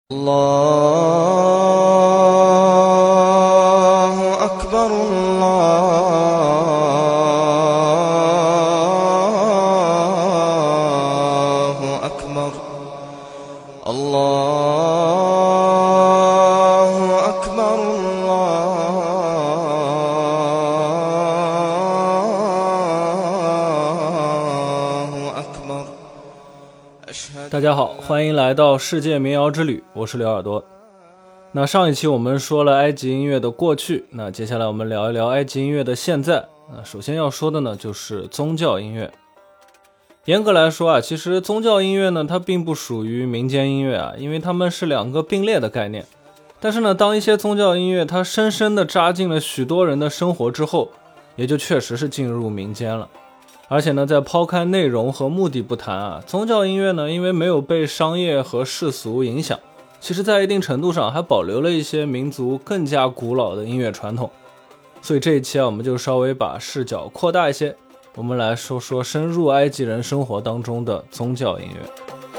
الله أكبر الله أكبر الله أكبر الله أكبر 大家好，欢迎来到世界民谣之旅，我是刘耳朵。那上一期我们说了埃及音乐的过去，那接下来我们聊一聊埃及音乐的现在。那首先要说的呢，就是宗教音乐。严格来说啊，其实宗教音乐呢，它并不属于民间音乐啊，因为它们是两个并列的概念。但是呢，当一些宗教音乐它深深地扎进了许多人的生活之后，也就确实是进入民间了。而且呢，在抛开内容和目的不谈啊，宗教音乐呢，因为没有被商业和世俗影响，其实在一定程度上还保留了一些民族更加古老的音乐传统。所以这一期啊，我们就稍微把视角扩大一些，我们来说说深入埃及人生活当中的宗教音乐。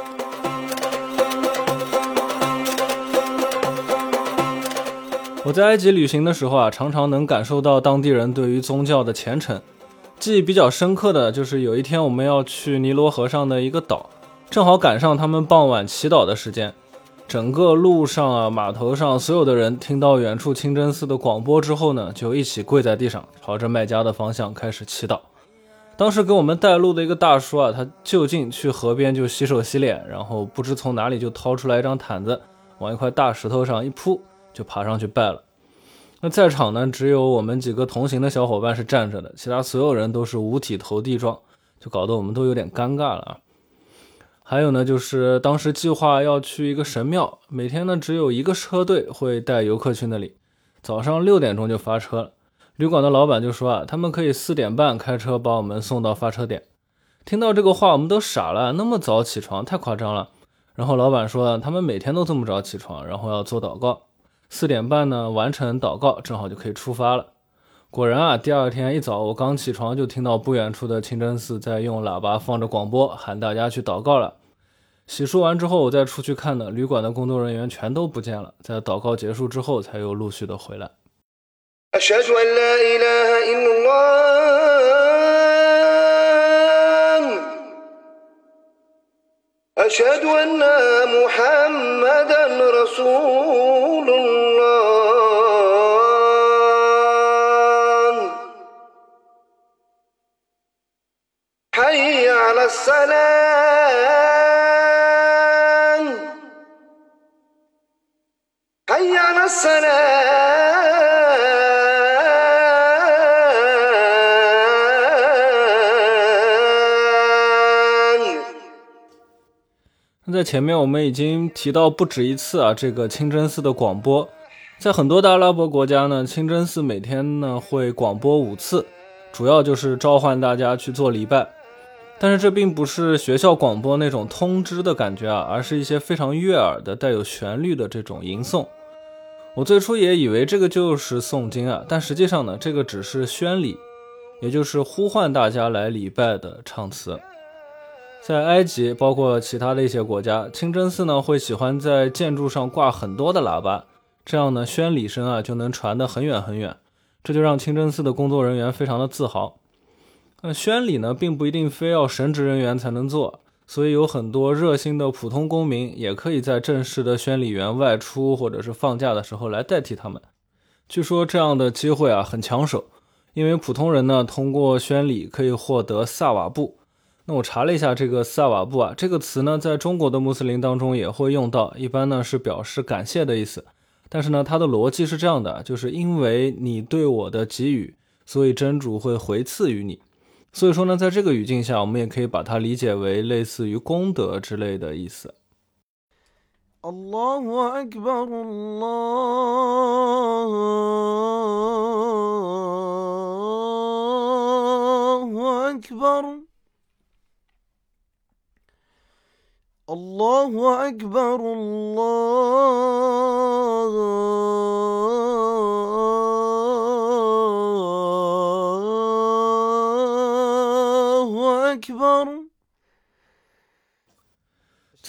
我在埃及旅行的时候啊，常常能感受到当地人对于宗教的虔诚。记忆比较深刻的就是有一天我们要去尼罗河上的一个岛，正好赶上他们傍晚祈祷的时间。整个路上啊，码头上所有的人听到远处清真寺的广播之后呢，就一起跪在地上，朝着麦加的方向开始祈祷。当时给我们带路的一个大叔啊，他就近去河边就洗手洗脸，然后不知从哪里就掏出来一张毯子，往一块大石头上一铺，就爬上去拜了。那在场呢，只有我们几个同行的小伙伴是站着的，其他所有人都是五体投地状，就搞得我们都有点尴尬了啊。还有呢，就是当时计划要去一个神庙，每天呢只有一个车队会带游客去那里，早上6点钟就发车了。旅馆的老板就说啊，他们可以4点半开车把我们送到发车点。听到这个话我们都傻了，那么早起床太夸张了。然后老板说他们每天都这么早起床，然后要做祷告，4点半呢完成祷告，正好就可以出发了。果然啊，第二天一早我刚起床就听到不远处的清真寺在用喇叭放着广播喊大家去祷告了。洗漱完之后我再出去看呢，旅馆的工作人员全都不见了，在祷告结束之后才又陆续的回来。 أشهد أن لا إله إلا الله أشهد أن محمدا رسول الله حي على السلام حي على السلام 在前面我们已经提到不止一次啊，这个清真寺的广播，在很多的阿拉伯国家呢，清真寺每天呢会广播5次，主要就是召唤大家去做礼拜。但是这并不是学校广播那种通知的感觉啊，而是一些非常悦耳的带有旋律的这种吟诵。我最初也以为这个就是诵经啊，但实际上呢，这个只是宣礼，也就是呼唤大家来礼拜的唱词。在埃及包括其他的一些国家，清真寺呢会喜欢在建筑上挂很多的喇叭，这样呢宣礼声啊就能传得很远很远，这就让清真寺的工作人员非常的自豪。宣礼呢并不一定非要神职人员才能做，所以有很多热心的普通公民也可以在正式的宣礼员外出或者是放假的时候来代替他们。据说这样的机会啊很抢手，因为普通人呢通过宣礼可以获得萨瓦布。那我查了一下这个萨瓦布啊，这个词呢在中国的穆斯林当中也会用到，一般呢是表示感谢的意思。但是呢它的逻辑是这样的，就是因为你对我的给予，所以真主会回赐于你。所以说呢，在这个语境下，我们也可以把它理解为类似于功德之类的意思。 الله أكبر الله أكبر الله أكبر الله أكبر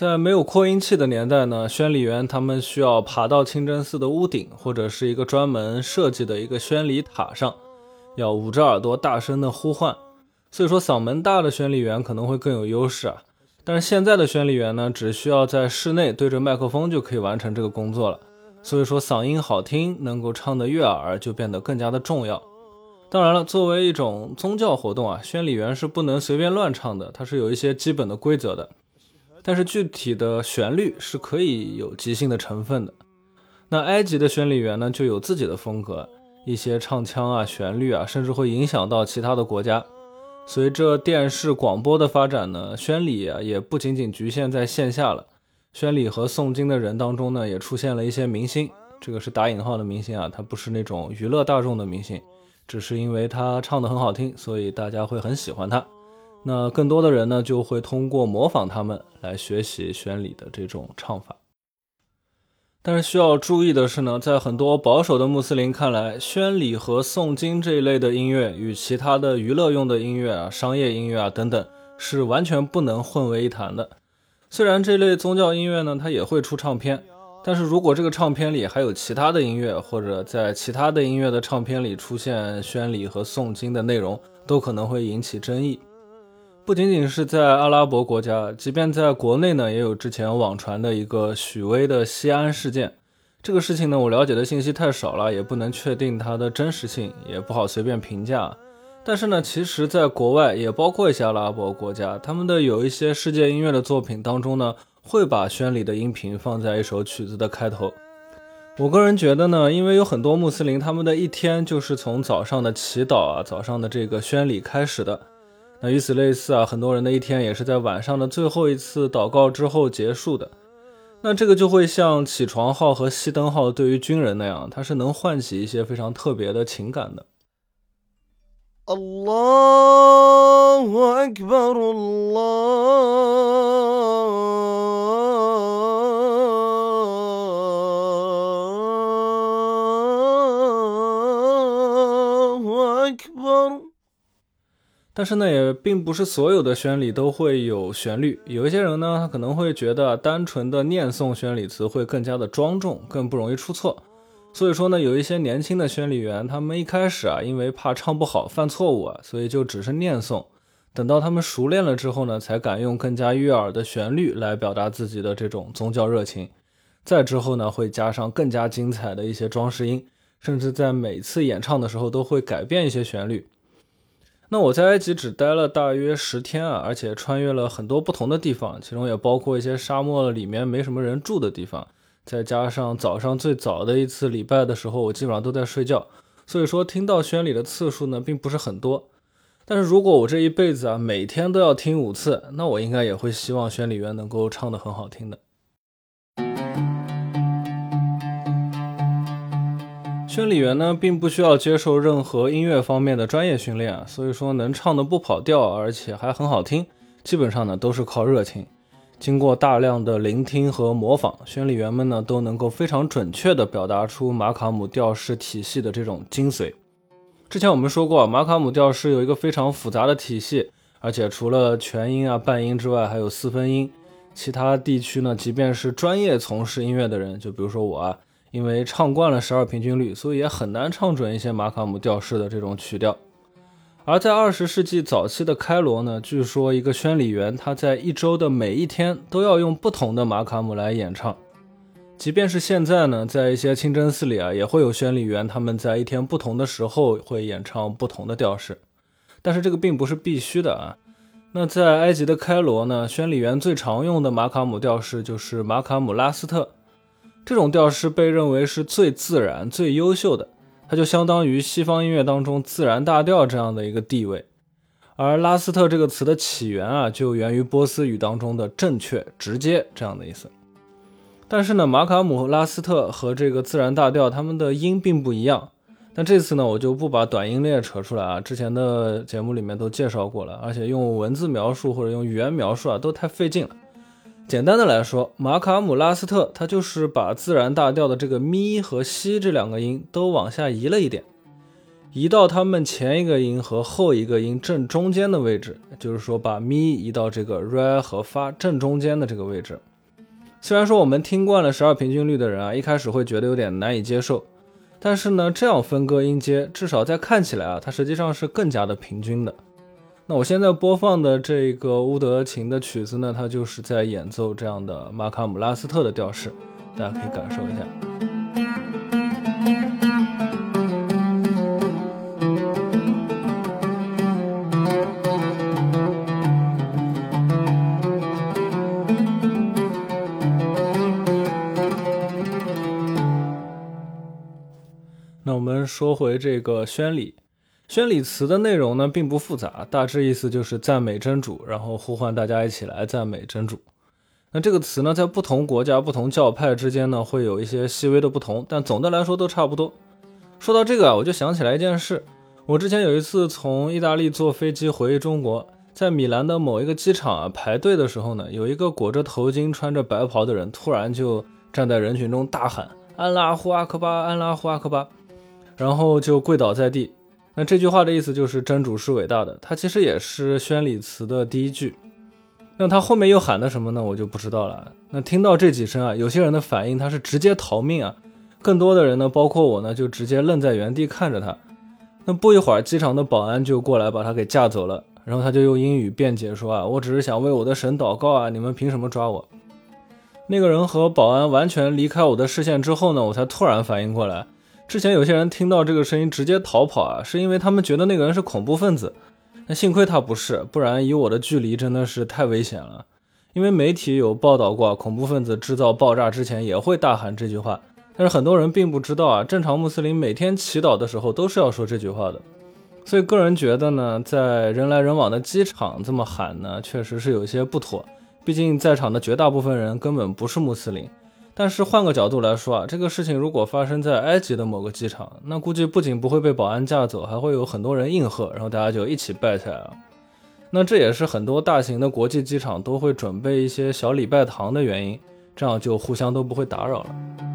在没有扩音器的年代呢，宣礼员他们需要爬到清真寺的屋顶，或者是一个专门设计的一个宣礼塔上，要捂着耳朵大声的呼唤。所以说嗓门大的宣礼员可能会更有优势啊。但是现在的宣礼员呢，只需要在室内对着麦克风就可以完成这个工作了。所以说嗓音好听，能够唱得悦耳，就变得更加的重要。当然了，作为一种宗教活动啊，宣礼员是不能随便乱唱的，它是有一些基本的规则的。但是具体的旋律是可以有即兴的成分的。那埃及的宣礼员呢，就有自己的风格，一些唱腔啊、旋律啊，甚至会影响到其他的国家。随着电视广播的发展呢，宣礼啊也不仅仅局限在线下了。宣礼和诵经的人当中呢，也出现了一些明星，这个是打引号的明星啊，他不是那种娱乐大众的明星，只是因为他唱得很好听，所以大家会很喜欢他。那更多的人呢，就会通过模仿他们来学习宣礼的这种唱法。但是需要注意的是呢，在很多保守的穆斯林看来，宣礼和诵经这一类的音乐与其他的娱乐用的音乐啊、商业音乐啊等等是完全不能混为一谈的。虽然这类宗教音乐呢，它也会出唱片，但是如果这个唱片里还有其他的音乐，或者在其他的音乐的唱片里出现宣礼和诵经的内容，都可能会引起争议。不仅仅是在阿拉伯国家，即便在国内呢，也有之前网传的一个许巍的西安事件。这个事情呢，我了解的信息太少了，也不能确定它的真实性，也不好随便评价。但是呢，其实在国外，也包括一些阿拉伯国家，他们的有一些世界音乐的作品当中呢，会把宣礼的音频放在一首曲子的开头。我个人觉得呢，因为有很多穆斯林，他们的一天就是从早上的祈祷啊，早上的这个宣礼开始的。那与此类似啊，很多人的一天也是在晚上的最后一次祷告之后结束的。那这个就会像起床号和熄灯号对于军人那样，它是能唤起一些非常特别的情感的。 Allahu Akbar, Allahu Akbar。 但是呢，也并不是所有的宣礼都会有旋律。有一些人呢，他可能会觉得单纯的念诵宣礼词会更加的庄重，更不容易出错。所以说呢，有一些年轻的宣礼员，他们一开始啊，因为怕唱不好、犯错误啊，所以就只是念诵。等到他们熟练了之后呢，才敢用更加悦耳的旋律来表达自己的这种宗教热情。再之后呢，会加上更加精彩的一些装饰音，甚至在每次演唱的时候都会改变一些旋律。那我在埃及只待了大约10天啊，而且穿越了很多不同的地方，其中也包括一些沙漠里面没什么人住的地方，再加上早上最早的一次礼拜的时候，我基本上都在睡觉，所以说听到宣礼的次数呢并不是很多。但是如果我这一辈子啊每天都要听5次，那我应该也会希望宣礼员能够唱得很好听的。宣礼员呢，并不需要接受任何音乐方面的专业训练啊，所以说能唱得不跑调，而且还很好听，基本上呢都是靠热情。经过大量的聆听和模仿，宣礼员们呢都能够非常准确地表达出马卡姆调式体系的这种精髓。之前我们说过，马卡姆调式有一个非常复杂的体系，而且除了全音啊、半音之外，还有4分音。其他地区呢，即便是专业从事音乐的人，就比如说我啊，因为唱惯了12平均律，所以也很难唱准一些马卡姆调式的这种曲调。而在20世纪早期的开罗呢，据说一个宣礼员他在1周的每一天都要用不同的马卡姆来演唱。即便是现在呢，在一些清真寺里啊，也会有宣礼员他们在一天不同的时候会演唱不同的调式，但是这个并不是必须的啊。那在埃及的开罗呢，宣礼员最常用的马卡姆调式就是马卡姆拉斯特。这种调式被认为是最自然、最优秀的，它就相当于西方音乐当中自然大调这样的一个地位。而拉斯特这个词的起源啊，就源于波斯语当中的正确、直接这样的意思。但是呢，马卡姆拉斯特和这个自然大调它们的音并不一样。但这次呢，我就不把短音列扯出来啊，之前的节目里面都介绍过了，而且用文字描述或者用语言描述啊，都太费劲了。简单的来说，马卡姆拉斯特它就是把自然大调的这个咪和西这2个音都往下移了一点，移到它们前一个音和后一个音正中间的位置，就是说把咪移到这个 re 和发正中间的这个位置。 虽然说我们听惯了12平均律的人啊，一开始会觉得有点难以接受，但是呢，这样分割音阶，至少在看起来啊，它实际上是更加的平均的。那我现在播放的这个乌德琴的曲子呢，它就是在演奏这样的马卡姆拉斯特的调式，大家可以感受一下。那我们说回这个宣礼，宣礼词的内容呢并不复杂，大致意思就是赞美真主，然后呼唤大家一起来赞美真主。那这个词呢，在不同国家、不同教派之间呢，会有一些细微的不同，但总的来说都差不多。说到这个啊，我就想起来一件事，我之前有一次从意大利坐飞机回中国，在米兰的某一个机场啊排队的时候呢，有一个裹着头巾、穿着白袍的人，突然就站在人群中大喊安拉呼阿克巴，安拉呼阿克巴，然后就跪倒在地。那这句话的意思就是真主是伟大的，它其实也是宣礼词的第一句。那他后面又喊的什么呢？我就不知道了。那听到这几声啊，有些人的反应他是直接逃命啊，更多的人呢，包括我呢，就直接愣在原地看着他。那不一会儿，机场的保安就过来把他给架走了，然后他就用英语辩解说啊，我只是想为我的神祷告啊，你们凭什么抓我？那个人和保安完全离开我的视线之后呢，我才突然反应过来，之前有些人听到这个声音直接逃跑啊，是因为他们觉得那个人是恐怖分子。那幸亏他不是，不然以我的距离真的是太危险了。因为媒体有报道过，恐怖分子制造爆炸之前也会大喊这句话，但是很多人并不知道啊，正常穆斯林每天祈祷的时候都是要说这句话的。所以个人觉得呢，在人来人往的机场这么喊呢，确实是有些不妥，毕竟在场的绝大部分人根本不是穆斯林。但是换个角度来说啊，这个事情如果发生在埃及的某个机场，那估计不仅不会被保安架走，还会有很多人应和，然后大家就一起拜起来了。那这也是很多大型的国际机场都会准备一些小礼拜堂的原因，这样就互相都不会打扰了。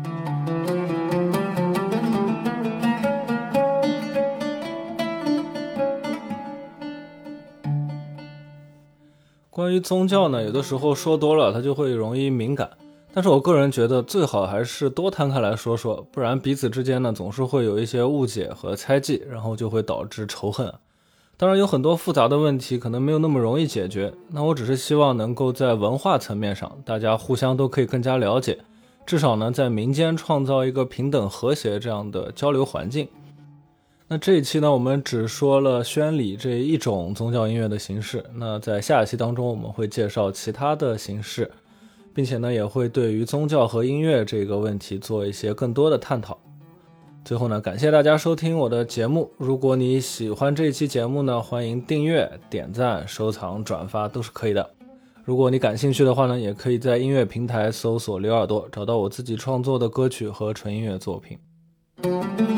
关于宗教呢，有的时候说多了它就会容易敏感，但是我个人觉得最好还是多摊开来说说，不然彼此之间呢总是会有一些误解和猜忌，然后就会导致仇恨。当然有很多复杂的问题可能没有那么容易解决，那我只是希望能够在文化层面上大家互相都可以更加了解，至少呢在民间创造一个平等和谐这样的交流环境。那这一期呢我们只说了宣礼这一种宗教音乐的形式，那在下一期当中我们会介绍其他的形式，并且呢也会对于宗教和音乐这个问题做一些更多的探讨。最后呢，感谢大家收听我的节目，如果你喜欢这一期节目呢，欢迎订阅、点赞、收藏、转发都是可以的。如果你感兴趣的话呢，也可以在音乐平台搜索刘耳朵，找到我自己创作的歌曲和纯音乐作品。